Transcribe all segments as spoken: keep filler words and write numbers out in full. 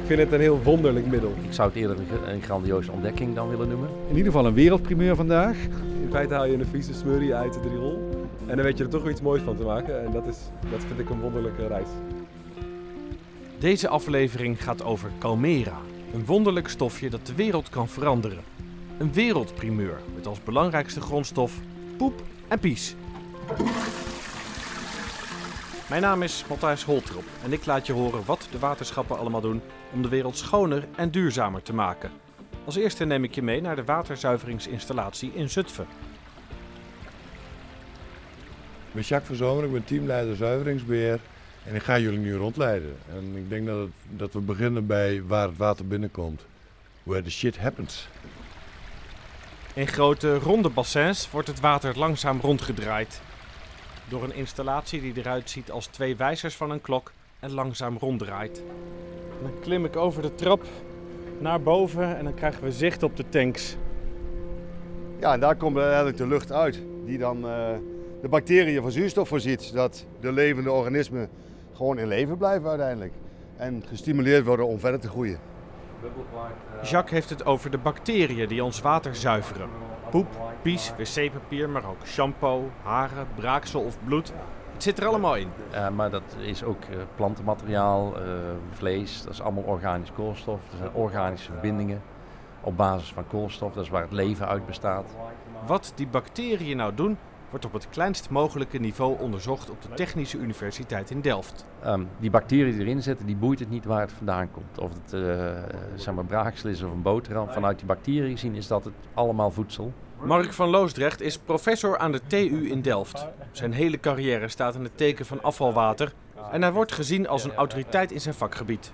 vind het een heel wonderlijk middel. Ik zou het eerder een grandioze ontdekking dan willen noemen. In ieder geval een wereldprimeur vandaag. In feite haal je een vieze smurrie uit het riool en dan weet je er toch weer iets moois van te maken. En dat, is, dat vind ik een wonderlijke reis. Deze aflevering gaat over Calmera, een wonderlijk stofje dat de wereld kan veranderen. Een wereldprimeur met als belangrijkste grondstof poep en pies. Mijn naam is Matthijs Holtrop en ik laat je horen wat de waterschappen allemaal doen om de wereld schoner en duurzamer te maken. Als eerste neem ik je mee naar de waterzuiveringsinstallatie in Zutphen. Ik ben Jacques Verzomer, ik ben teamleider zuiveringsbeheer en ik ga jullie nu rondleiden. En ik denk dat, het, dat we beginnen bij waar het water binnenkomt. Where the shit happens. In grote ronde bassins wordt het water langzaam rondgedraaid. Door een installatie die eruit ziet als twee wijzers van een klok en langzaam ronddraait. Dan klim ik over de trap naar boven en dan krijgen we zicht op de tanks. Ja, en daar komt eigenlijk de lucht uit die dan uh, de bacteriën van zuurstof voorziet. Zodat de levende organismen gewoon in leven blijven uiteindelijk. En gestimuleerd worden om verder te groeien. Jacques heeft het over de bacteriën die ons water zuiveren. Poep, pies, wc-papier, maar ook shampoo, haren, braaksel of bloed. Het zit er allemaal in. Uh, maar dat is ook uh, plantenmateriaal, uh, vlees, dat is allemaal organisch koolstof. Dat zijn organische verbindingen op basis van koolstof, dat is waar het leven uit bestaat. Wat die bacteriën nou doen, wordt op het kleinst mogelijke niveau onderzocht op de Technische Universiteit in Delft. Um, die bacteriën die erin zitten, die boeit het niet waar het vandaan komt. Of het uh, zeg maar braaksel is of een boterham. Vanuit die bacteriën gezien is dat het allemaal voedsel. Mark van Loosdrecht is professor aan de T U in Delft. Zijn hele carrière staat in het teken van afvalwater en hij wordt gezien als een autoriteit in zijn vakgebied.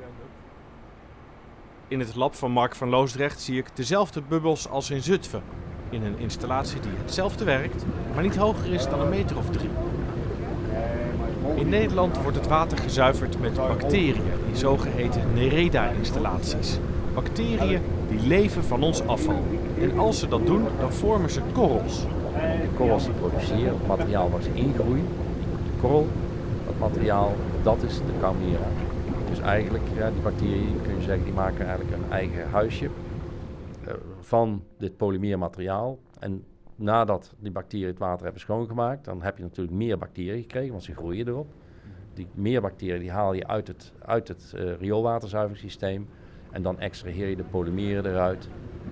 In het lab van Mark van Loosdrecht zie ik dezelfde bubbels als in Zutphen. In een installatie die hetzelfde werkt, maar niet hoger is dan een meter of drie. In Nederland wordt het water gezuiverd met bacteriën in zogeheten Nereda-installaties. Bacteriën die leven van ons afval. En als ze dat doen, dan vormen ze korrels. De korrels die produceren, het materiaal waar ze ingroeien. De korrel, dat materiaal, dat is de Calmera. Dus eigenlijk, ja, die bacteriën, kun je zeggen, die maken eigenlijk een eigen huisje uh, van dit polymeermateriaal. En nadat die bacteriën het water hebben schoongemaakt, dan heb je natuurlijk meer bacteriën gekregen, want ze groeien erop. Die meer bacteriën die haal je uit het, uit het uh, rioolwaterzuiveringssysteem. En dan extraheer je de polymeren eruit.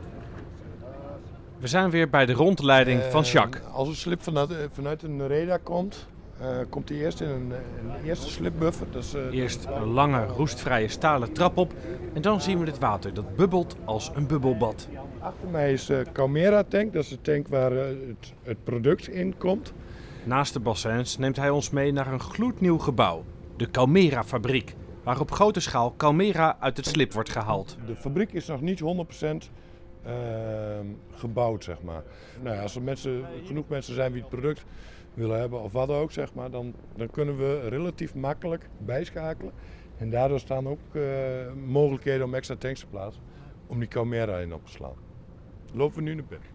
We zijn weer bij de rondleiding van Jacques. Uh, als een slip vanuit, vanuit een Nereda komt, uh, komt hij eerst in een, een eerste slipbuffer. Dus, uh, eerst een lange roestvrije stalen trap op en dan zien we het water dat bubbelt als een bubbelbad. Achter mij is de Calmera tank, dat is de tank waar uh, het, het product in komt. Naast de bassins neemt hij ons mee naar een gloednieuw gebouw, de Calmera fabriek, waar op grote schaal Calmera uit het slip wordt gehaald. De fabriek is nog niet honderd procent uh, gebouwd, zeg maar. Nou ja, als er mensen, genoeg mensen zijn die het product willen hebben of wat ook, zeg maar, dan, dan kunnen we relatief makkelijk bijschakelen. En daardoor staan ook uh, mogelijkheden om extra tanks te plaatsen om die Calmera in op te slaan. Lopen we nu naar binnen.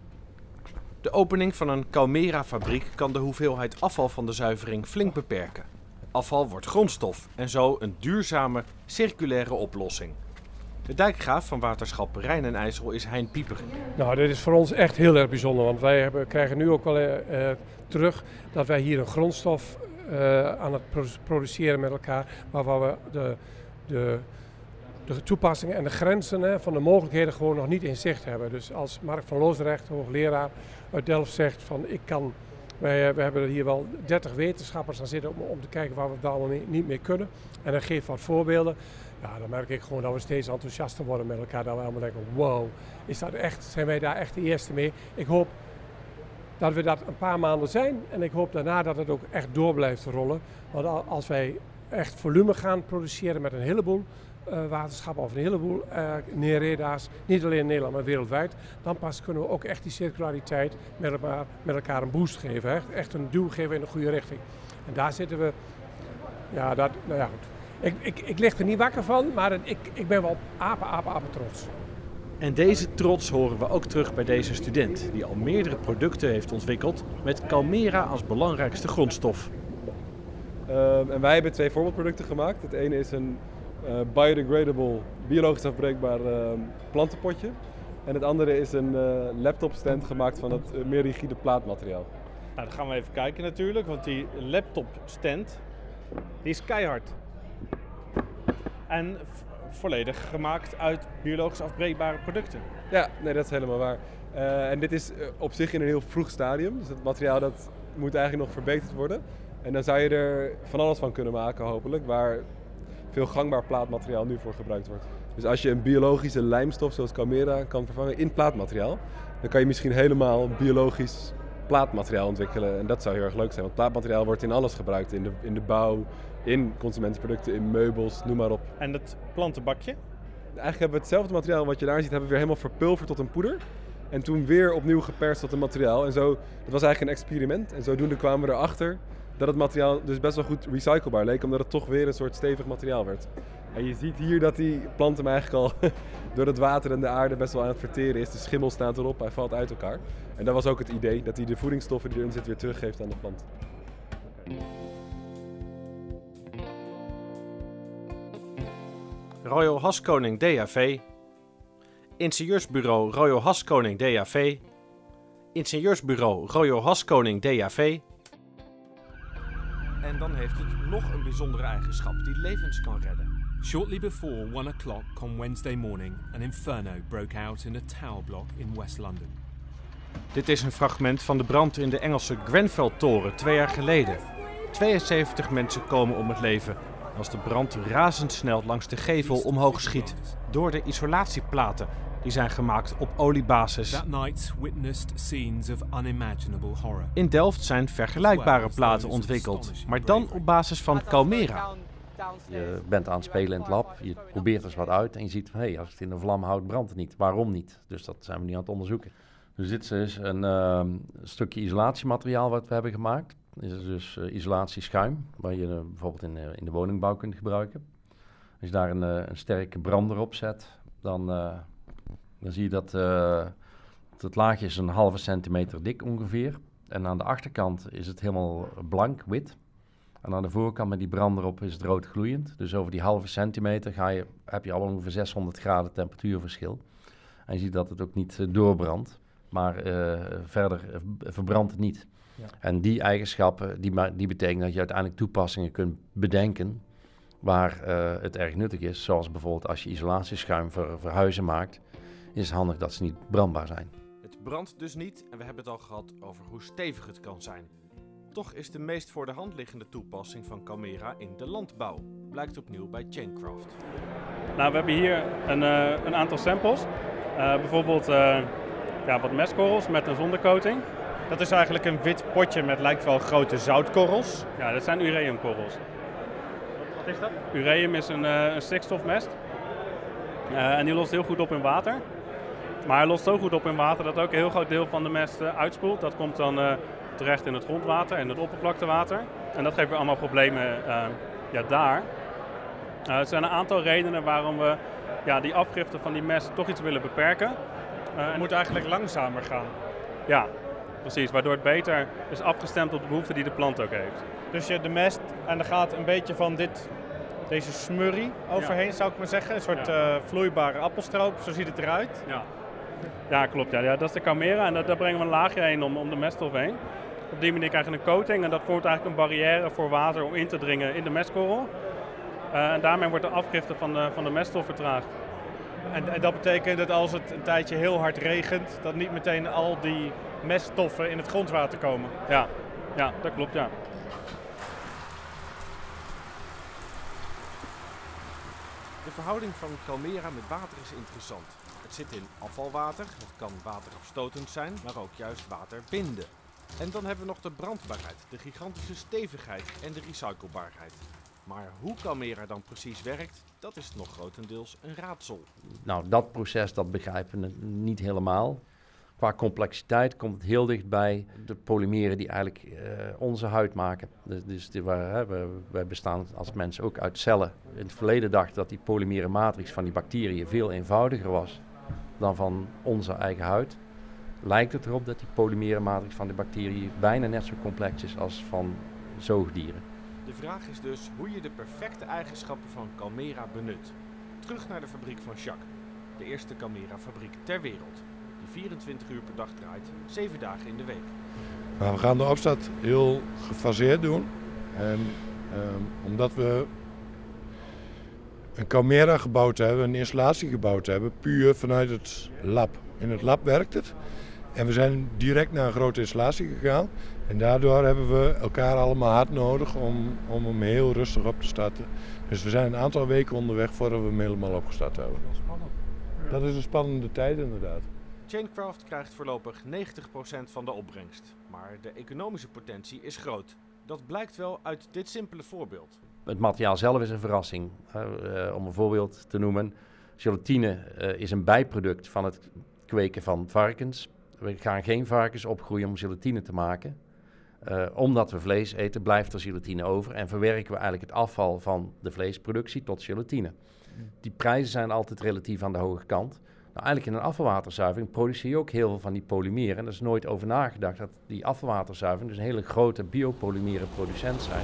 De opening van een Calmera-fabriek kan de hoeveelheid afval van de zuivering flink beperken. Afval wordt grondstof en zo een duurzame, circulaire oplossing. De dijkgraaf van waterschap Rijn en IJssel is Hein Pieper. Nou, dit is voor ons echt heel erg bijzonder, want wij hebben, krijgen nu ook wel uh, terug dat wij hier een grondstof uh, aan het produceren met elkaar, waarvan we de, de, de toepassingen en de grenzen hè, van de mogelijkheden gewoon nog niet in zicht hebben. Dus als Mark van Loosdrecht, hoogleraar uit Delft, zegt van ik kan... Wij, wij hebben hier wel dertig wetenschappers aan zitten om, om te kijken waar we het allemaal mee, niet meer kunnen. En dan geef wat voorbeelden. Ja, dan merk ik gewoon dat we steeds enthousiaster worden met elkaar. Dat we allemaal denken, wow, is dat echt, zijn wij daar echt de eerste mee? Ik hoop dat we dat een paar maanden zijn. En ik hoop daarna dat het ook echt door blijft rollen. Want als wij echt volume gaan produceren met een heleboel uh, waterschappen of een heleboel uh, Nereda's, niet alleen in Nederland, maar wereldwijd, dan pas kunnen we ook echt die circulariteit met elkaar, met elkaar een boost geven. Hè? Echt een duw geven in de goede richting. En daar zitten we, ja, dat, nou ja, goed. Ik, ik, ik lig er niet wakker van, maar ik, ik ben wel apen, apen, apen trots. En deze trots horen we ook terug bij deze student, die al meerdere producten heeft ontwikkeld met Calmera als belangrijkste grondstof. Uh, en wij hebben twee voorbeeldproducten gemaakt. Het ene is een uh, biodegradable, biologisch afbreekbaar uh, plantenpotje. En het andere is een uh, laptopstand gemaakt van het uh, meer rigide plaatmateriaal. Nou, dan gaan we even kijken natuurlijk, want die laptopstand die is keihard. En v- volledig gemaakt uit biologisch afbreekbare producten. Ja, nee, dat is helemaal waar. Uh, en dit is uh, op zich in een heel vroeg stadium. Dus het materiaal dat moet eigenlijk nog verbeterd worden. En dan zou je er van alles van kunnen maken, hopelijk, waar veel gangbaar plaatmateriaal nu voor gebruikt wordt. Dus als je een biologische lijmstof zoals Camera kan vervangen in plaatmateriaal, dan kan je misschien helemaal biologisch plaatmateriaal ontwikkelen. En dat zou heel erg leuk zijn, want plaatmateriaal wordt in alles gebruikt. In de, in de bouw, in consumentenproducten, in meubels, noem maar op. En dat plantenbakje? Eigenlijk hebben we hetzelfde materiaal wat je daar ziet, hebben we weer helemaal verpulverd tot een poeder. En toen weer opnieuw geperst tot een materiaal. En zo, dat was eigenlijk een experiment. En zodoende kwamen we erachter dat het materiaal dus best wel goed recyclebaar leek, omdat het toch weer een soort stevig materiaal werd. En je ziet hier dat die plant hem eigenlijk al door het water en de aarde best wel aan het verteren is. De schimmel staat erop, hij valt uit elkaar. En dat was ook het idee, dat hij de voedingsstoffen die erin zitten weer teruggeeft aan de plant. Royal Haskoning D A V, Ingenieursbureau Royal Haskoning D A V, Ingenieursbureau Royal Haskoning D A V. En dan heeft het nog een bijzondere eigenschap die levens kan redden. Shortly before one o'clock on Wednesday morning, an inferno broke out in a tower block in West London. Dit is een fragment van de brand in de Engelse Grenfell-toren twee jaar geleden. tweeënzeventig mensen komen om het leven als de brand razendsnel langs de gevel omhoog schiet door de isolatieplaten die zijn gemaakt op oliebasis. That night witnessed scenes of unimaginable horror. In Delft zijn vergelijkbare platen ontwikkeld, maar dan op basis van Camera. Je bent aan het spelen in het lab, je probeert eens wat uit en je ziet van hé, hey, als ik het in de vlam houd, brandt het niet. Waarom niet? Dus dat zijn we nu aan het onderzoeken. Dus dit is een uh, stukje isolatiemateriaal wat we hebben gemaakt. Dit is dus uh, isolatieschuim, waar je uh, bijvoorbeeld in, uh, in de woningbouw kunt gebruiken. Als je daar een, uh, een sterke brander op zet, dan, uh, dan zie je dat uh, het laagje is een halve centimeter dik ongeveer. En aan de achterkant is het helemaal blank, wit. En aan de voorkant met die brander op is het rood gloeiend. Dus over die halve centimeter ga je, heb je al ongeveer zeshonderd graden temperatuurverschil. En je ziet dat het ook niet uh, doorbrandt, maar uh, verder uh, verbrandt het niet. Ja. En die eigenschappen, die, die betekenen dat je uiteindelijk toepassingen kunt bedenken waar uh, het erg nuttig is. Zoals bijvoorbeeld als je isolatieschuim voor, voor huizen maakt, is het handig dat ze niet brandbaar zijn. Het brandt dus niet en we hebben het al gehad over hoe stevig het kan zijn. Toch is de meest voor de hand liggende toepassing van Camera in de landbouw. Blijkt opnieuw bij Chaincraft. Nou, we hebben hier een, uh, een aantal samples. Uh, bijvoorbeeld uh, ja, wat mestkorrels met een zondecoating. Dat is eigenlijk een wit potje met lijkt wel grote zoutkorrels. Ja, dat zijn ureumkorrels. Wat is dat? Ureum is een, uh, een stikstofmest. Uh, en die lost heel goed op in water. Maar hij lost zo goed op in water dat ook een heel groot deel van de mest uh, uitspoelt. Dat komt dan uh, terecht in het grondwater en het oppervlaktewater. En dat geeft weer allemaal problemen uh, ja, daar. Uh, er zijn een aantal redenen waarom we ja, die afgifte van die mest toch iets willen beperken. Uh, het moet eigenlijk langzamer gaan. Ja, precies. Waardoor het beter is afgestemd op de behoeften die de plant ook heeft. Dus je de mest en er gaat een beetje van dit, deze smurrie overheen, ja. Zou ik maar zeggen. Een soort ja. uh, vloeibare appelstroop, zo ziet het eruit. Ja, ja klopt. Ja. Ja, dat is de Camera en dat, daar brengen we een laagje heen om, om de meststof heen. Op die manier krijg je een coating en dat vormt eigenlijk een barrière voor water om in te dringen in de mestkorrel. Uh, en daarmee wordt de afgifte van de, van de meststof vertraagd. En, en dat betekent dat als het een tijdje heel hard regent, dat niet meteen al die meststoffen in het grondwater komen? Ja, ja dat klopt, ja. De verhouding van Camera met water is interessant. Het zit in afvalwater, het kan waterafstotend zijn, maar ook juist water binden. En dan hebben we nog de brandbaarheid, de gigantische stevigheid en de recyclebaarheid. Maar hoe Camera dan precies werkt, dat is nog grotendeels een raadsel. Nou, dat proces dat begrijpen we niet helemaal. Qua complexiteit komt het heel dichtbij de polymeren die eigenlijk uh, onze huid maken. Dus, dus die, uh, we, wij bestaan als mensen ook uit cellen. In het verleden dachten dat die polymere matrix van die bacteriën veel eenvoudiger was dan van onze eigen huid. Lijkt het erop dat die polymere matrix van de bacteriën bijna net zo complex is als van zoogdieren. De vraag is dus hoe je de perfecte eigenschappen van Kalmera benut. Terug naar de fabriek van Jacques. De eerste Kalmera-fabriek ter wereld. Die vierentwintig uur per dag draait, zeven dagen in de week. Nou, we gaan de opstart heel gefaseerd doen. En um, omdat we een Kalmera gebouwd hebben, een installatie gebouwd hebben, puur vanuit het lab. In het lab werkt het. En we zijn direct naar een grote installatie gegaan. En daardoor hebben we elkaar allemaal hard nodig om, om hem heel rustig op te starten. Dus we zijn een aantal weken onderweg voordat we hem helemaal opgestart hebben. Dat is een spannende tijd inderdaad. Chaincraft krijgt voorlopig negentig procent van de opbrengst. Maar de economische potentie is groot. Dat blijkt wel uit dit simpele voorbeeld. Het materiaal zelf is een verrassing. Uh, uh, om een voorbeeld te noemen. Gelatine uh, is een bijproduct van het kweken van varkens. We gaan geen varkens opgroeien om gelatine te maken. Uh, omdat we vlees eten, blijft er gelatine over. En verwerken we eigenlijk het afval van de vleesproductie tot gelatine. Die prijzen zijn altijd relatief aan de hoge kant. Nou, eigenlijk in een afvalwaterzuivering produceer je ook heel veel van die polymeren. En er is nooit over nagedacht dat die afvalwaterzuivering dus een hele grote biopolymeren producent zijn.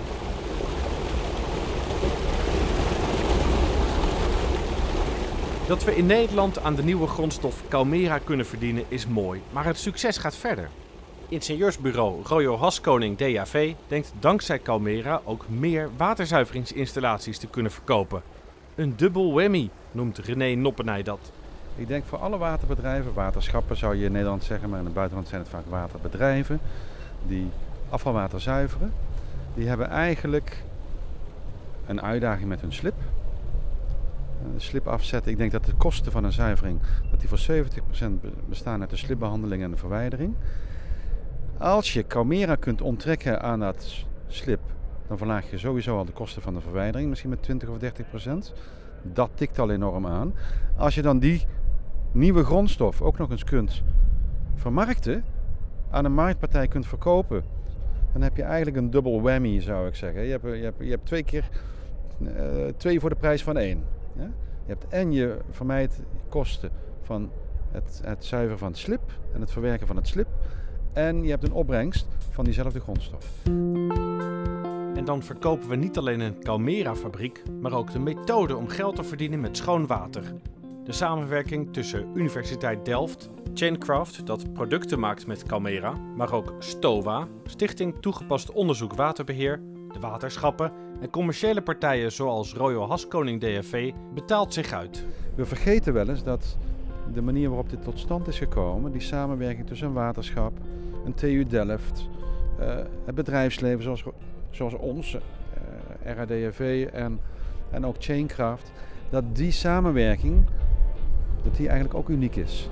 Dat we in Nederland aan de nieuwe grondstof Kalmera kunnen verdienen is mooi, maar het succes gaat verder. Ingenieursbureau Royo Haskoning D A V denkt dankzij Kalmera ook meer waterzuiveringsinstallaties te kunnen verkopen. Een dubbel whammy noemt René Noppenij dat. Ik denk voor alle waterbedrijven, waterschappen zou je in Nederland zeggen, maar in het buitenland zijn het vaak waterbedrijven die afvalwater zuiveren. Die hebben eigenlijk een uitdaging met hun slip. De slip afzetten. Ik denk dat de kosten van een zuivering dat die voor zeventig procent bestaan uit de slipbehandeling en de verwijdering. Als je Kalmera kunt onttrekken aan dat slip, dan verlaag je sowieso al de kosten van de verwijdering, misschien met twintig of dertig procent. Dat tikt al enorm aan. Als je dan die nieuwe grondstof ook nog eens kunt vermarkten, aan een marktpartij kunt verkopen, dan heb je eigenlijk een dubbel whammy, zou ik zeggen. Je hebt, je hebt, je hebt twee keer uh, twee voor de prijs van één. Ja? Je hebt en je vermijdt kosten van het, het zuiveren van het slip en het verwerken van het slip. En je hebt een opbrengst van diezelfde grondstof. En dan verkopen we niet alleen een Kalmera-fabriek, maar ook de methode om geld te verdienen met schoon water. De samenwerking tussen Universiteit Delft, Chaincraft, dat producten maakt met Kalmera, maar ook STOWA, Stichting Toegepast Onderzoek Waterbeheer, de waterschappen en commerciële partijen zoals Royo Haskoning D A V betaalt zich uit. We vergeten wel eens dat de manier waarop dit tot stand is gekomen, die samenwerking tussen een waterschap, een T U Delft, uh, het bedrijfsleven zoals, zoals ons, uh, R A D V en, en ook Chaincraft, dat die samenwerking dat die eigenlijk ook uniek is.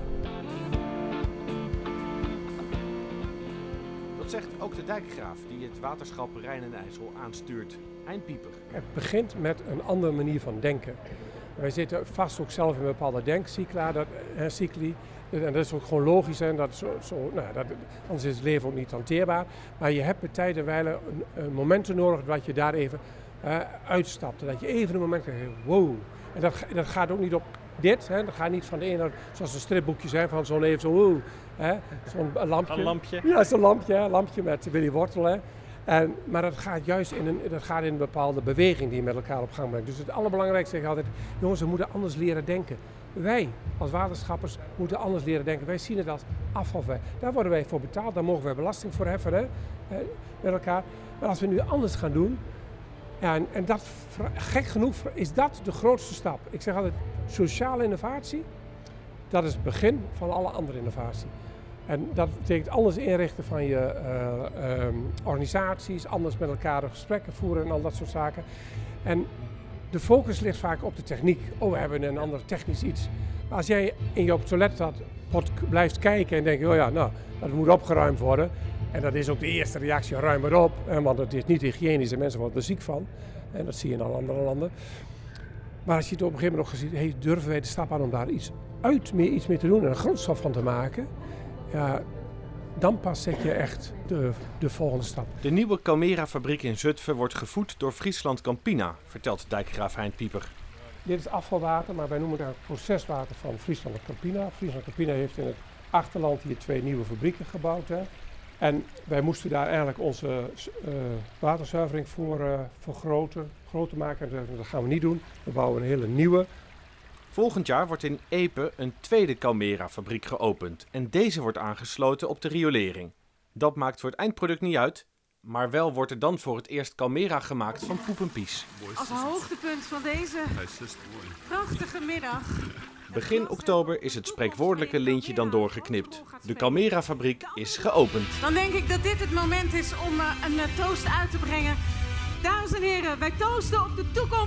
Dat zegt ook de dijkgraaf die het waterschap Rijn en IJssel aanstuurt, Hein Pieper. Het begint met een andere manier van denken. Wij zitten vast ook zelf in een bepaalde denkcycla, dat, eh, cycli. En dat is ook gewoon logisch. Hè? Dat zo, zo, nou, dat, anders is het leven ook niet hanteerbaar. Maar je hebt met tijd en wijle een, een momenten nodig dat je daar even uh, uitstapt. Dat je even een moment krijgt, wow. En dat, dat gaat ook niet op dit. Hè? Dat gaat niet van de ene, zoals de stripboekjes zijn, van zo'n even zo, wow. Hè? Zo'n lampje. Een lampje. Ja, zo'n lampje. Hè? Lampje met Willy Wortel. Hè? En, maar dat gaat juist in een, dat gaat in een bepaalde beweging die je met elkaar op gang brengt. Dus het allerbelangrijkste zeg ik altijd, jongens, we moeten anders leren denken. Wij als waterschappers moeten anders leren denken. Wij zien het als afvalvrij. Daar worden wij voor betaald, daar mogen wij belasting voor heffen, hè, met elkaar. Maar als we nu anders gaan doen, ja, en, en dat, gek genoeg is dat de grootste stap. Ik zeg altijd, sociale innovatie, dat is het begin van alle andere innovatie. En dat betekent anders inrichten van je uh, um, organisaties, anders met elkaar gesprekken voeren en al dat soort zaken. En de focus ligt vaak op de techniek. Oh, we hebben een ander technisch iets. Maar als jij in je op het toilet staat, blijft kijken en denkt, oh ja, nou, dat moet opgeruimd worden. En dat is ook de eerste reactie, ruim maar op. Want het is niet hygiënisch en mensen worden er ziek van. En dat zie je in alle andere landen. Maar als je het op een gegeven moment nog ziet, hey, durven wij de stap aan om daar iets, uit, meer, iets mee te doen en een grondstof van te maken. Ja, dan pas zet je echt de, de volgende stap. De nieuwe Kalmera-fabriek in Zutphen wordt gevoed door Friesland Campina, vertelt dijkgraaf Hein Pieper. Dit is afvalwater, maar wij noemen het proceswater van Friesland Campina. Friesland Campina heeft in het achterland hier twee nieuwe fabrieken gebouwd. Hè. En wij moesten daar eigenlijk onze uh, waterzuivering voor uh, vergroten, groter maken. En dat gaan we niet doen. We bouwen een hele nieuwe. Volgend jaar wordt in Epe een tweede Calmera-fabriek geopend. En deze wordt aangesloten op de riolering. Dat maakt voor het eindproduct niet uit. Maar wel wordt er dan voor het eerst Calmera gemaakt van poep en pies. Als hoogtepunt van deze prachtige middag. Begin oktober is het spreekwoordelijke lintje dan doorgeknipt. De Calmera-fabriek is geopend. Dan denk ik dat dit het moment is om uh, een uh, toast uit te brengen. Dames en heren, wij toosten op de toekomst.